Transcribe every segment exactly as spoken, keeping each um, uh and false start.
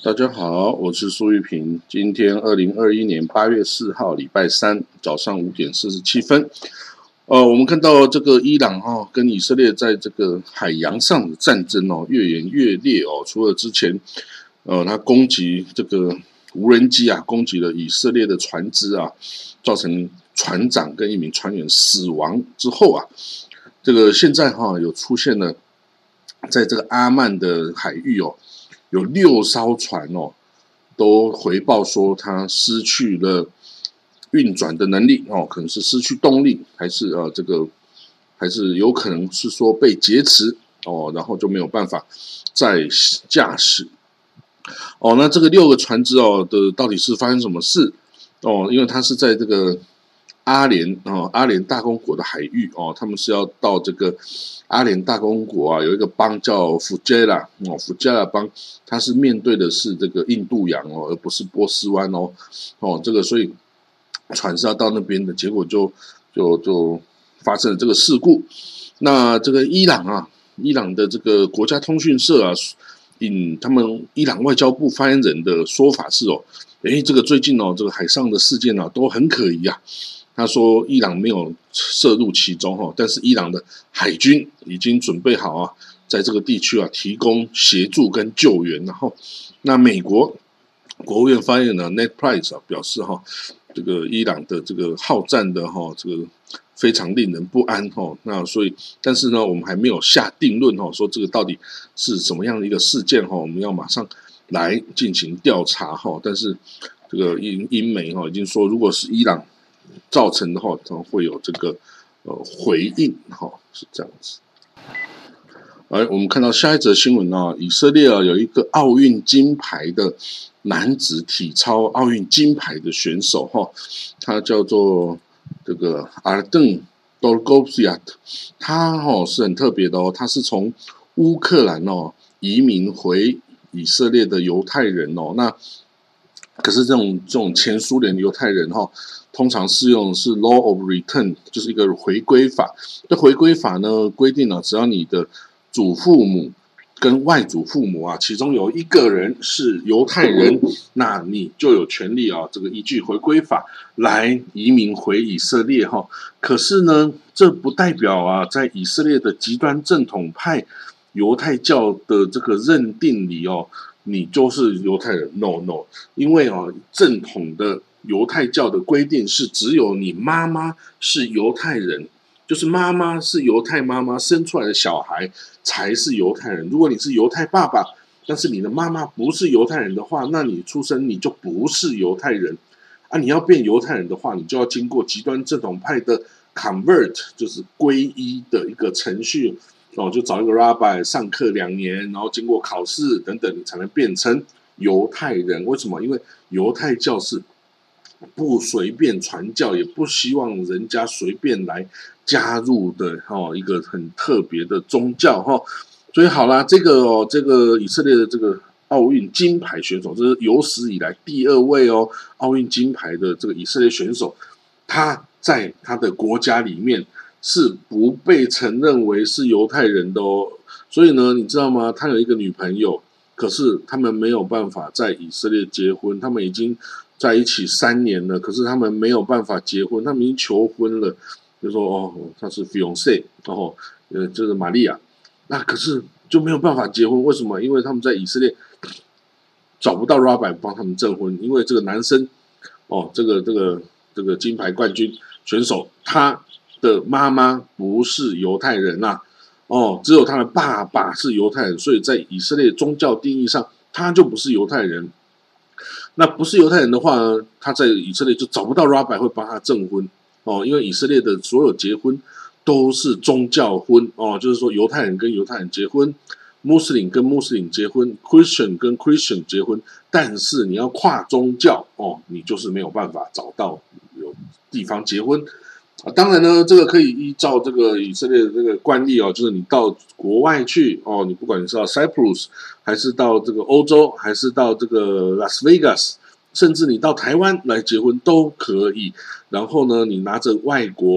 大家好，我是苏玉平。今天二零二一年八月四号，礼拜三早上五点四十七分。呃，我们看到这个伊朗哈、哦、跟以色列在这个海洋上的战争哦越演越烈哦。除了之前呃他攻击这个无人机啊，攻击了以色列的船只啊，造成船长跟一名船员死亡之后啊，这个现在哈、哦、有出现了在这个阿曼的海域哦。有六艘船哦，都回报说它失去了运转的能力哦，可能是失去动力，还是呃这个，还是有可能是说被劫持哦，然后就没有办法再驾驶哦。那这个六个船只哦的到底是发生什么事哦？因为它是在这个阿联哦阿联大公国的海域哦，他们是要到这个阿联大公国啊，有一个邦叫福杰拉哦，福杰拉邦，它是面对的是这个印度洋哦，而不是波斯湾哦哦，这个所以船是要到那边的，结果就就就发生了这个事故。那这个伊朗啊，伊朗的这个国家通讯社啊，引他们伊朗外交部发言人的说法是哦，诶，这个最近哦，这个海上的事件啊都很可疑啊。他说伊朗没有涉入其中哈，但是伊朗的海军已经准备好啊，在这个地区啊提供协助跟救援。然后，那美国国务院发言人 Ned Price 啊表示哈，这个伊朗的这个好战的哈，这个非常令人不安哈。那所以，但是呢，我们还没有下定论哈，说这个到底是什么样的一个事件哈，我们要马上来进行调查哈。但是这个英英媒哈已经说，如果是伊朗造成的话，可能会有这个呃回应哈，是这样子。而我们看到下一则新闻啊，以色列啊有一个奥运金牌的男子体操奥运金牌的选手哈，他叫做这个阿登多戈皮亚，他哦是很特别的哦，他是从乌克兰哦移民回以色列的犹太人哦，那可是这种这种前苏联犹太人哈。通常适用的是 law of return， 就是一个回归法。这回归法呢规定了，只要你的祖父母跟外祖父母啊，其中有一个人是犹太人，那你就有权利啊，这个依据回归法来移民回以色列哈。可是呢，这不代表啊，在以色列的极端正统派犹太教的这个认定里哦，你就是犹太人。No No， 因为啊，正统的犹太教的规定是，只有你妈妈是犹太人，就是妈妈是犹太妈妈生出来的小孩才是犹太人。如果你是犹太爸爸，但是你的妈妈不是犹太人的话，那你出生你就不是犹太人啊！你要变犹太人的话，你就要经过极端正统派的 convert， 就是皈依的一个程序哦，就找一个 rabbi 上课两年，然后经过考试等等，你才能变成犹太人。为什么？因为犹太教是不随便传教，也不希望人家随便来加入的哈，一个很特别的宗教哈。所以好啦，这个哦，这个以色列的这个奥运金牌选手，这是有史以来第二位哦，奥运金牌的这个以色列选手，他在他的国家里面是不被承认为是犹太人的哦。所以呢，你知道吗？他有一个女朋友，可是他们没有办法在以色列结婚，他们已经在一起三年了，可是他们没有办法结婚，他们已经求婚了，就说哦，他是 fiancé， 然后呃，就是玛利亚，那可是就没有办法结婚，为什么？因为他们在以色列找不到 rabbi 帮他们证婚，因为这个男生哦，这个这个这个金牌冠军选手，他的妈妈不是犹太人呐、啊，哦，只有他的爸爸是犹太人，所以在以色列宗教定义上，他就不是犹太人。那不是犹太人的话呢，他在以色列就找不到 rabbi 会帮他证婚哦，因为以色列的所有结婚都是宗教婚哦，就是说犹太人跟犹太人结婚，穆斯林跟穆斯林结婚 ，Christian 跟 Christian 结婚，但是你要跨宗教哦，你就是没有办法找到有地方结婚。啊，当然呢，这个可以依照这个以色列的这个惯例哦，就是你到国外去哦，你不管你是到 Cyprus， 还是到这个欧洲，还是到这个 Las Vegas， 甚至你到台湾来结婚都可以。然后呢，你拿着外国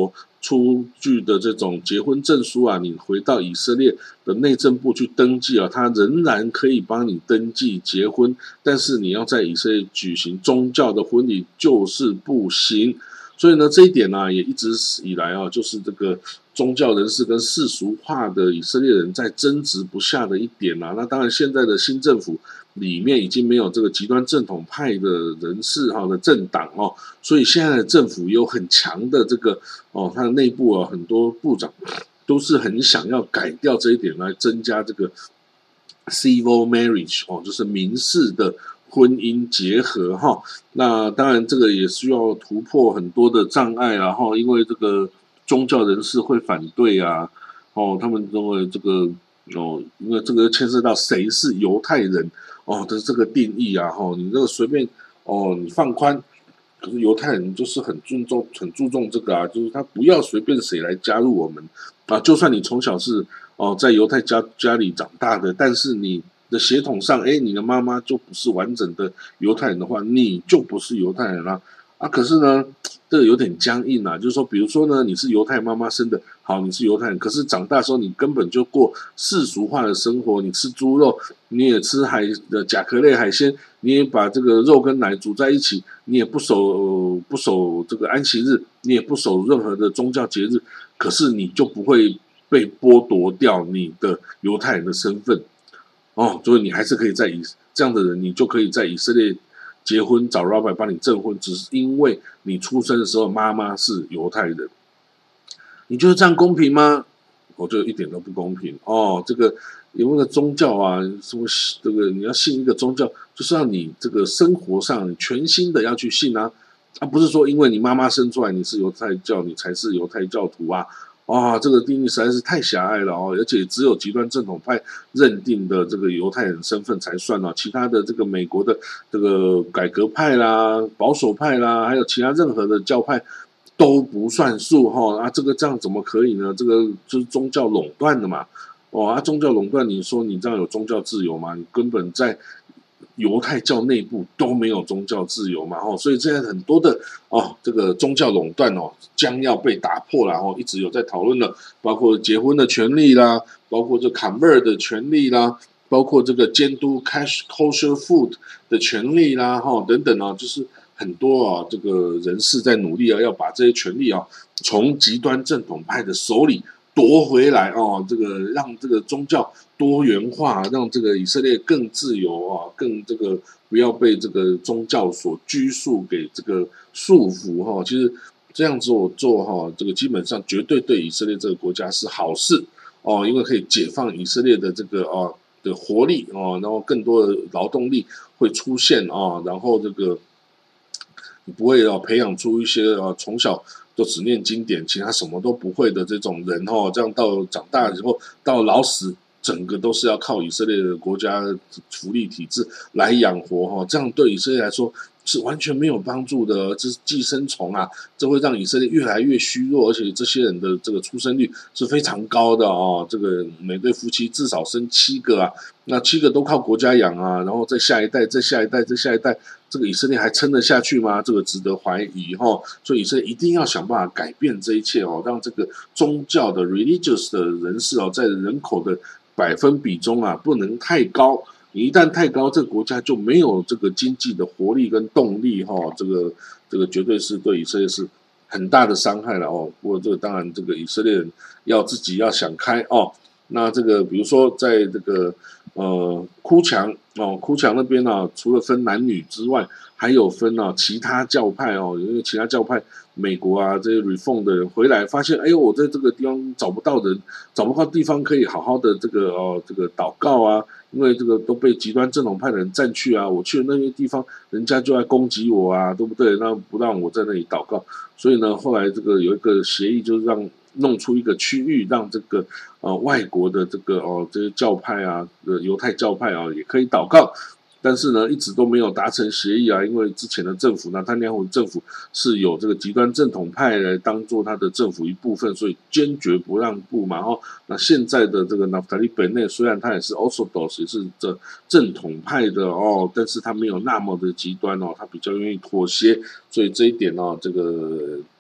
出具的这种结婚证书啊，你回到以色列的内政部去登记啊，他仍然可以帮你登记结婚，但是你要在以色列举行宗教的婚礼就是不行。所以呢，这一点呢、啊，也一直以来啊，就是这个宗教人士跟世俗化的以色列人在争执不下的一点啊。那当然，现在的新政府里面已经没有这个极端正统派的人士哈的政党哦，所以现在的政府有很强的这个哦，它的内部啊很多部长都是很想要改掉这一点，来增加这个 civil marriage 哦，就是民事的婚姻结合哈。那当然这个也需要突破很多的障碍啦哈，因为这个宗教人士会反对啊，哦，他们认为这个哦，因为这个牵涉到谁是犹太人哦的这个定义啊，哈，你这个随便哦，你放宽，可是犹太人就是很尊重、很注重这个啊，就是他不要随便谁来加入我们啊，就算你从小是哦在犹太家家里长大的，但是你的血统上，哎，你的妈妈就不是完整的犹太人的话，你就不是犹太人啦。啊，可是呢，这个有点僵硬啊，就是说，比如说呢，你是犹太妈妈生的，好，你是犹太人，可是长大的时候你根本就过世俗化的生活，你吃猪肉，你也吃海的甲壳类海鲜，你也把这个肉跟奶煮在一起，你也不守、呃、不守这个安息日，你也不守任何的宗教节日，可是你就不会被剥夺掉你的犹太人的身份。哦，所以你还是可以在以这样的人，你就可以在以色列结婚，找 rabbi 帮你证婚，只是因为你出生的时候妈妈是犹太人，你觉得这样公平吗？我觉得一点都不公平哦。这个有那个宗教啊，什么这个你要信一个宗教，就是让你这个生活上全新的要去信啊，啊，不是说因为你妈妈生出来你是犹太教，你才是犹太教徒啊。哇、哦，这个定义实在是太狭隘了哦，而且只有极端正统派认定的这个犹太人身份才算哦，其他的这个美国的这个改革派啦、保守派啦，还有其他任何的教派都不算数哈、哦、啊，这个这样怎么可以呢？这个就是宗教垄断的嘛，哦啊，宗教垄断，你说你这样有宗教自由吗？你根本在犹太教内部都没有宗教自由嘛，哦，所以现在很多的哦，这个宗教垄断哦将要被打破了哦，一直有在讨论的，包括结婚的权利啦，包括这 convert 的权利啦，包括这个监督 cash kosher food 的权利啦，哈、哦、等等啊，就是很多啊这个人士在努力啊，要把这些权利啊从极端正统派的手里夺回来哦，这个让这个宗教多元化，让这个以色列更自由啊，更这个不要被这个宗教所拘束给这个束缚哈、哦。其实这样做做哈、哦，这个基本上绝对对以色列这个国家是好事哦，因为可以解放以色列的这个哦的活力哦，然后更多的劳动力会出现啊，然后这个你不会哦培养出一些啊从小都只念经典，其他什么都不会的这种人哦，这样到长大以后到老死，整个都是要靠以色列的国家福利体制来养活哈，这样对以色列来说是完全没有帮助的，这是寄生虫啊，这会让以色列越来越虚弱，而且这些人的这个出生率是非常高的哦，这个每对夫妻至少生七个啊，那七个都靠国家养啊，然后再下一代，再下一代，再下一代。这个以色列还撑得下去吗？这个值得怀疑哈，所以以色列一定要想办法改变这一切哦，让这个宗教的 religious 的人士哦，在人口的百分比中啊，不能太高。你一旦太高，这个国家就没有这个经济的活力跟动力哈，这个这个绝对是对以色列是很大的伤害了哦。不过这个当然，这个以色列人要自己要想开哦。那这个比如说在这个呃哭墙哦，哭墙那边呢、啊，除了分男女之外，还有分啊其他教派哦，因为其他教派美国啊这些 reform 的人回来发现，哎呦，我在这个地方找不到人，找不到地方可以好好的这个哦这个祷告啊，因为这个都被极端正统派的人占去啊，我去的那些地方，人家就在攻击我啊，对不对？那不让我在那里祷告，所以呢，后来这个有一个协议，就是让弄出一个区域，让这个呃外国的这个哦这些教派啊，呃犹太教派啊也可以祷告，但是呢一直都没有达成协议啊，因为之前的政府呢，他那会政府是有这个极端正统派来当做他的政府一部分，所以坚决不让步嘛。哦，那现在的这个纳弗塔利本内虽然他也是 Orthodox 也是这正统派的哦，但是他没有那么的极端哦，他比较愿意妥协，所以这一点哦，这个。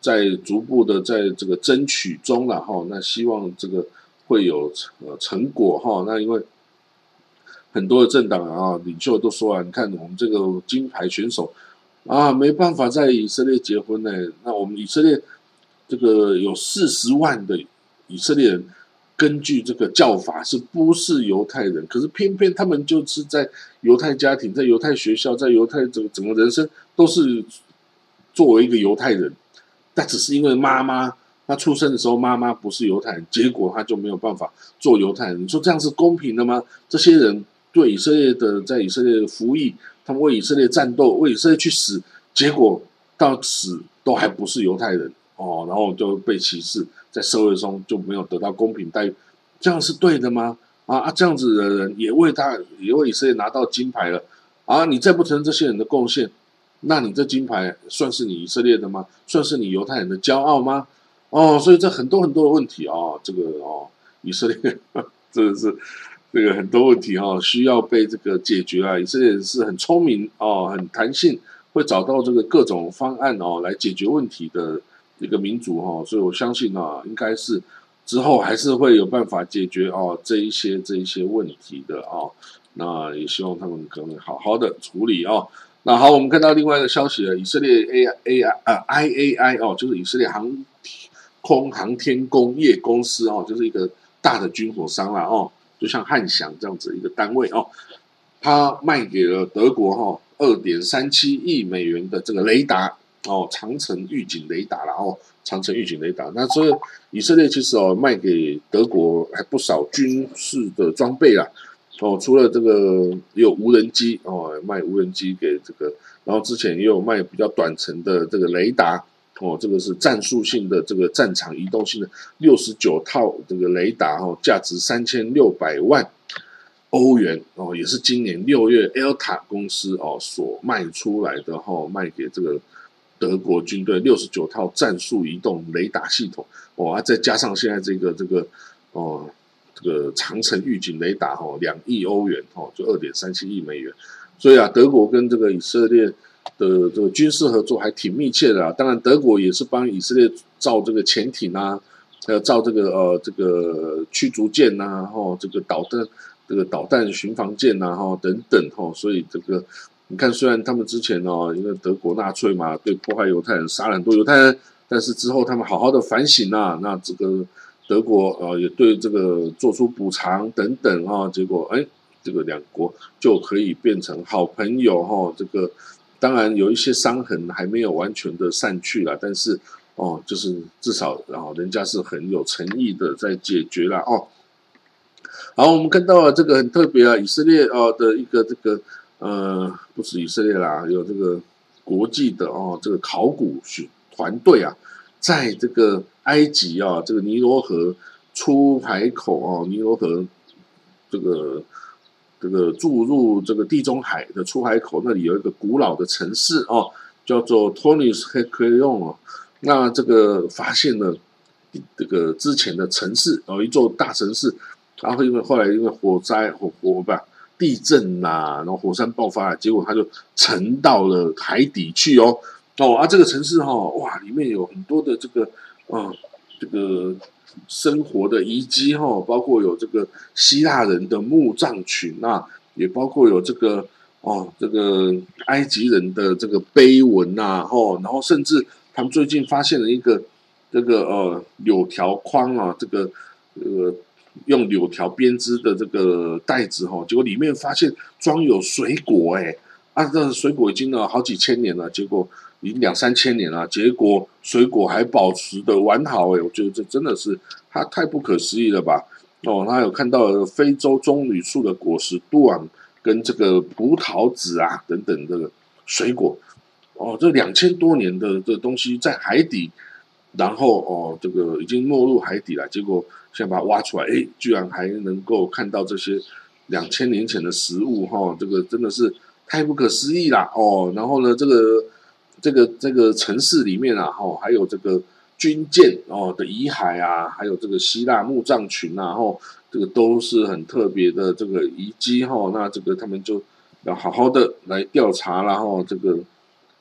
在逐步的在这个争取中了哈，那希望这个会有呃成果哈。那因为很多的政党啊领袖都说啊，你看我们这个金牌选手啊，没办法在以色列结婚呢。那我们以色列这个有四十万的以色列人，根据这个教法是不是犹太人？可是偏偏他们就是在犹太家庭、在犹太学校、在犹太整整个人生都是作为一个犹太人。但只是因为妈妈她出生的时候妈妈不是犹太人，结果她就没有办法做犹太人。你说这样是公平的吗？这些人对以色列的在以色列的服役，他们为以色列战斗，为以色列去死，结果到死都还不是犹太人哦，然后就被歧视，在社会中就没有得到公平待遇，这样是对的吗？啊啊，这样子的人也为他也为以色列拿到金牌了啊！你再不承认这些人的贡献，那你这金牌算是你以色列的吗？算是你犹太人的骄傲吗？哦，所以这很多很多的问题哦，这个哦，以色列真的是这个很多问题哦，需要被这个解决啊。以色列人是很聪明哦，很弹性，会找到这个各种方案哦来解决问题的一个民族哦，所以我相信啊，应该是之后还是会有办法解决哦这一些这一些问题的哦。那也希望他们可能好好的处理哦。那好，我们看到另外一个消息了，以色列 A A I 呃 I A I 哦，就是以色列航空航天工业公司哦，就是一个大的军火商啦哦，就像汉翔这样子一个单位哦，它卖给了德国哈二点三七亿美元的这个雷达哦，长程预警雷达啦哦，长程预警雷达。那所以以色列其实哦卖给德国还不少军事的装备啦。哦，除了这个也有无人机哦，卖无人机给这个，然后之前也有卖比较短程的这个雷达哦，这个是战术性的这个战场移动性的六十九套这个雷达哦，价值三千六百万欧元哦，也是今年六月 Elta 公司哦所卖出来的哦，卖给这个德国军队六十九套战术移动雷达系统哦，啊，再加上现在这个这个哦。这个长程预警雷达哈，两亿欧元哈，就二点三七亿美元。所以啊，德国跟这个以色列的这个军事合作还挺密切的啊。当然，德国也是帮以色列造这个潜艇啊，还有造这个呃这个驱逐舰呐、啊，哈，这个导弹这个导弹巡防舰呐、啊，哈等等哈。所以这个你看，虽然他们之前哦，因为德国纳粹嘛，对迫害犹太人，杀了很多犹太人，但是之后他们好好的反省啊，那这个。德国呃也对这个做出补偿等等啊，结果哎，这个两国就可以变成好朋友哈。这个当然有一些伤痕还没有完全的散去了，但是哦，就是至少然后人家是很有诚意的在解决了哦。好，我们看到了这个很特别啊，以色列哦的一个这个呃，不止以色列啦，有这个国际的哦这个考古学团队啊。在这个埃及啊，这个尼罗河出海口哦，尼罗河这个这个注入这个地中海的出海口，那里有一个古老的城市哦，叫做 Tonis Hekryon 哦。那这个发现了这个之前的城市哦，一座大城市，然后因为后来因为火灾火火吧地震呐、啊，然后火山爆发，结果它就沉到了海底去哦。哦啊，这个城市哈、哦，哇，里面有很多的这个，啊，这个生活的遗迹哈、哦，包括有这个希腊人的墓葬群啊，也包括有这个哦，这个埃及人的这个碑文呐、啊，哦，然后甚至他们最近发现了一个这个呃柳条框啊，这个呃用柳条编织的这个袋子哈、哦，结果里面发现装有水果哎，啊，这水果已经了好几千年了，结果。已经两三千年了，结果水果还保持的完好诶，我觉得这真的是它太不可思议了吧？哦，他有看到非洲棕榈树的果实杜昂跟这个葡萄籽啊等等这个水果，哦，这两千多年的这东西在海底，然后哦这个已经没入海底了，结果现在把它挖出来，诶，居然还能够看到这些两千年前的食物哈、哦，这个真的是太不可思议啦哦，然后呢这个。这个这个城市里面啊，哦，还有这个军舰哦的遗骸啊，还有这个希腊墓葬群啊，哦，这个都是很特别的这个遗迹哈、哦。那这个他们就要好好的来调查啦，然后这个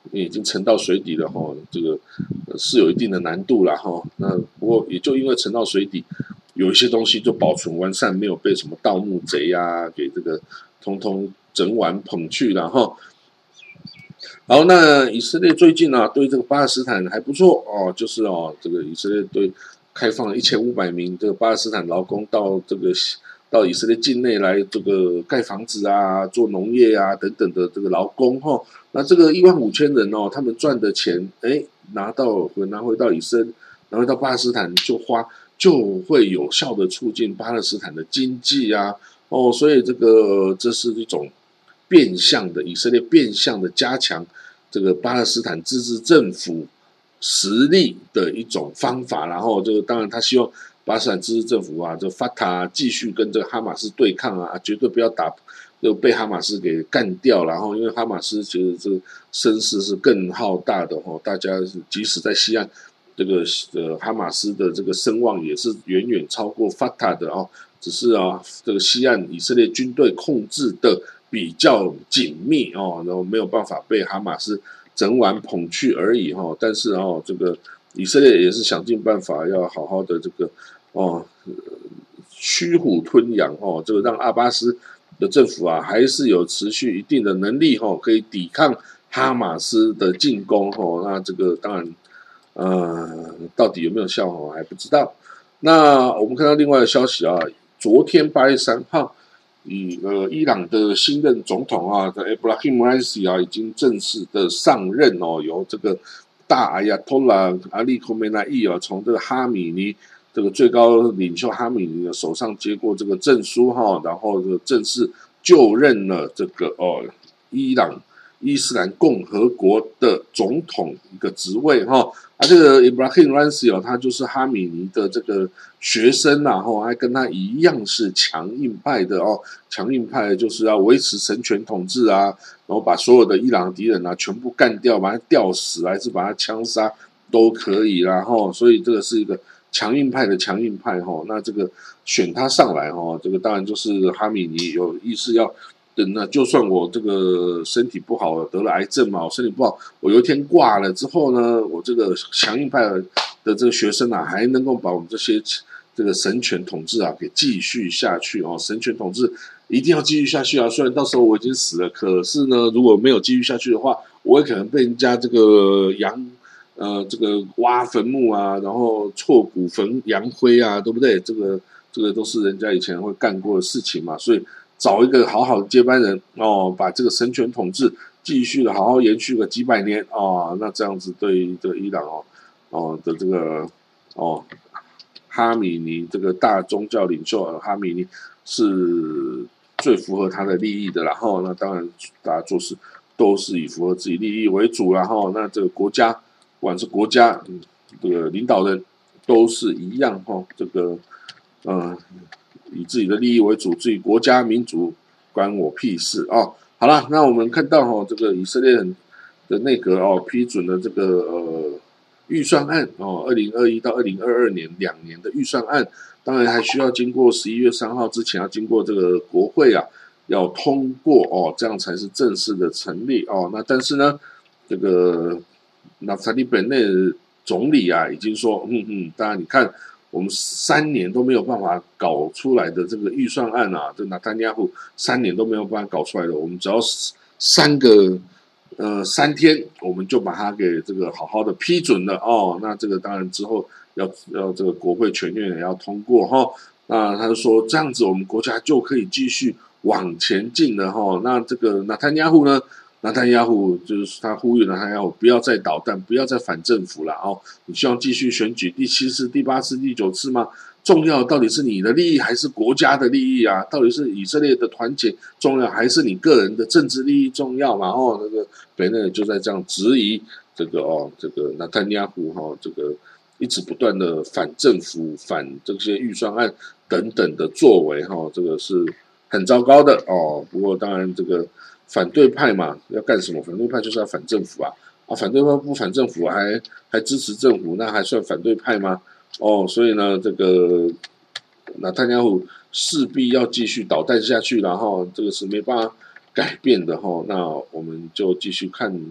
已经沉到水底了哈，这个是有一定的难度了哈。那不过也就因为沉到水底，有一些东西就保存完善，没有被什么盗墓贼呀、啊、给这个通通整完捧去了哈。好，那以色列最近啊对这个巴勒斯坦还不错哦，就是哦这个以色列对开放了一千五百名这个巴勒斯坦劳工到这个到以色列境内来这个盖房子啊、做农业啊等等的这个劳工哈。那这个一万五千人哦，他们赚的钱哎拿到拿回到以色列，拿回到巴勒斯坦就花，就会有效的促进巴勒斯坦的经济啊哦，所以这个这是一种变相的以色列变相的加强这个巴勒斯坦自治政府实力的一种方法，然后这个当然他希望巴勒斯坦自治政府啊，这法塔继续跟这个哈马斯对抗啊，绝对不要打就被哈马斯给干掉，然后因为哈马斯其实这个声势是更浩大的哦，大家即使在西岸这个呃哈马斯的这个声望也是远远超过法塔的哦，只是啊这个西岸以色列军队控制的比较紧密哦，然后没有办法被哈马斯整晚捧去而已哈。但是哦，这个以色列也是想尽办法要好好的这个哦驱虎吞羊哦，这个让阿巴斯的政府啊还是有持续一定的能力哦，可以抵抗哈马斯的进攻哦。那这个当然呃到底有没有效哦还不知道。那我们看到另外的消息啊，昨天八月三号。以呃伊朗的新任总统啊的 Ebrahim Raisi 啊，已经正式的上任哦，由这个大阿亚托拉阿利科梅纳伊啊，从这个哈米尼这个最高领袖哈米尼的手上接过这个证书哈，然后这个正式就任了这个哦伊朗伊斯兰共和国的总统一个职位哈。啊，这个 Ebrahim Raisi 哦，他就是哈米尼的这个学生啊，吼，还跟他一样是强硬派的哦。强硬派就是要维持神权统治啊，然后把所有的伊朗敌人啊全部干掉，把他吊死，还是把他枪杀都可以啦，吼。所以这个是一个强硬派的强硬派吼。那这个选他上来吼，这个当然就是哈米尼有意思要。等那就算我这个身体不好得了癌症嘛，我身体不好，我有一天挂了之后呢，我这个强硬派的这个学生啊，还能够把我们这些这个神权统治啊给继续下去哦。神权统治一定要继续下去啊！虽然到时候我已经死了，可是呢，如果没有继续下去的话，我也可能被人家这个扬呃这个挖坟墓啊，然后挫骨焚扬灰啊，对不对？这个这个都是人家以前会干过的事情嘛，所以。找一个好好的接班人哦，把这个神权统治继续的好好延续个几百年哦，那这样子对于这个伊朗哦哦的这个哦哈米尼这个大宗教领袖哈米尼是最符合他的利益的，然后那当然大家做事都是以符合自己利益为主，然后那这个国家不管是国家嗯这个领导人都是一样哈，这个嗯。呃以自己的利益为主，自己国家民族关我屁事哦。好了，那我们看到哦，这个以色列的内阁哦批准了这个呃预算案哦，二零二一到二零二二年两年的预算案，当然还需要经过十一月三号之前要经过这个国会啊要通过哦，这样才是正式的成立哦。那但是呢，这个纳塔利本内总理啊已经说，嗯嗯，当然你看。我们三年都没有办法搞出来的这个预算案啊，这纳坦雅胡三年都没有办法搞出来的，我们只要三个呃三天，我们就把它给这个好好的批准了哦。那这个当然之后要要这个国会全院也要通过哈、哦。那他就说这样子，我们国家就可以继续往前进了哈、哦。那这个纳坦雅胡呢？纳坦雅胡就是他呼吁纳坦雅胡不要再捣蛋，不要再反政府了哦。你希望继续选举第七次、第八次、第九次吗？重要到底是你的利益还是国家的利益啊？到底是以色列的团结重要，还是你个人的政治利益重要嘛？哦，那个北内就在这样质疑这个哦，这个纳坦雅胡哈，这个一直不断的反政府、反这些预算案等等的作为哈、哦，这个是很糟糕的哦。不过当然这个。反对派嘛，要干什么？反对派就是要反政府啊！啊，反对派不反政府，还还支持政府，那还算反对派吗？哦，所以呢，这个纳坦雅胡势必要继续捣蛋下去，然后这个是没办法改变的哈。那我们就继续看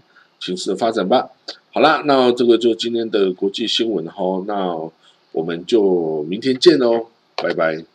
情势的发展吧。好啦，那这个就今天的国际新闻哈，那我们就明天见喽，拜拜。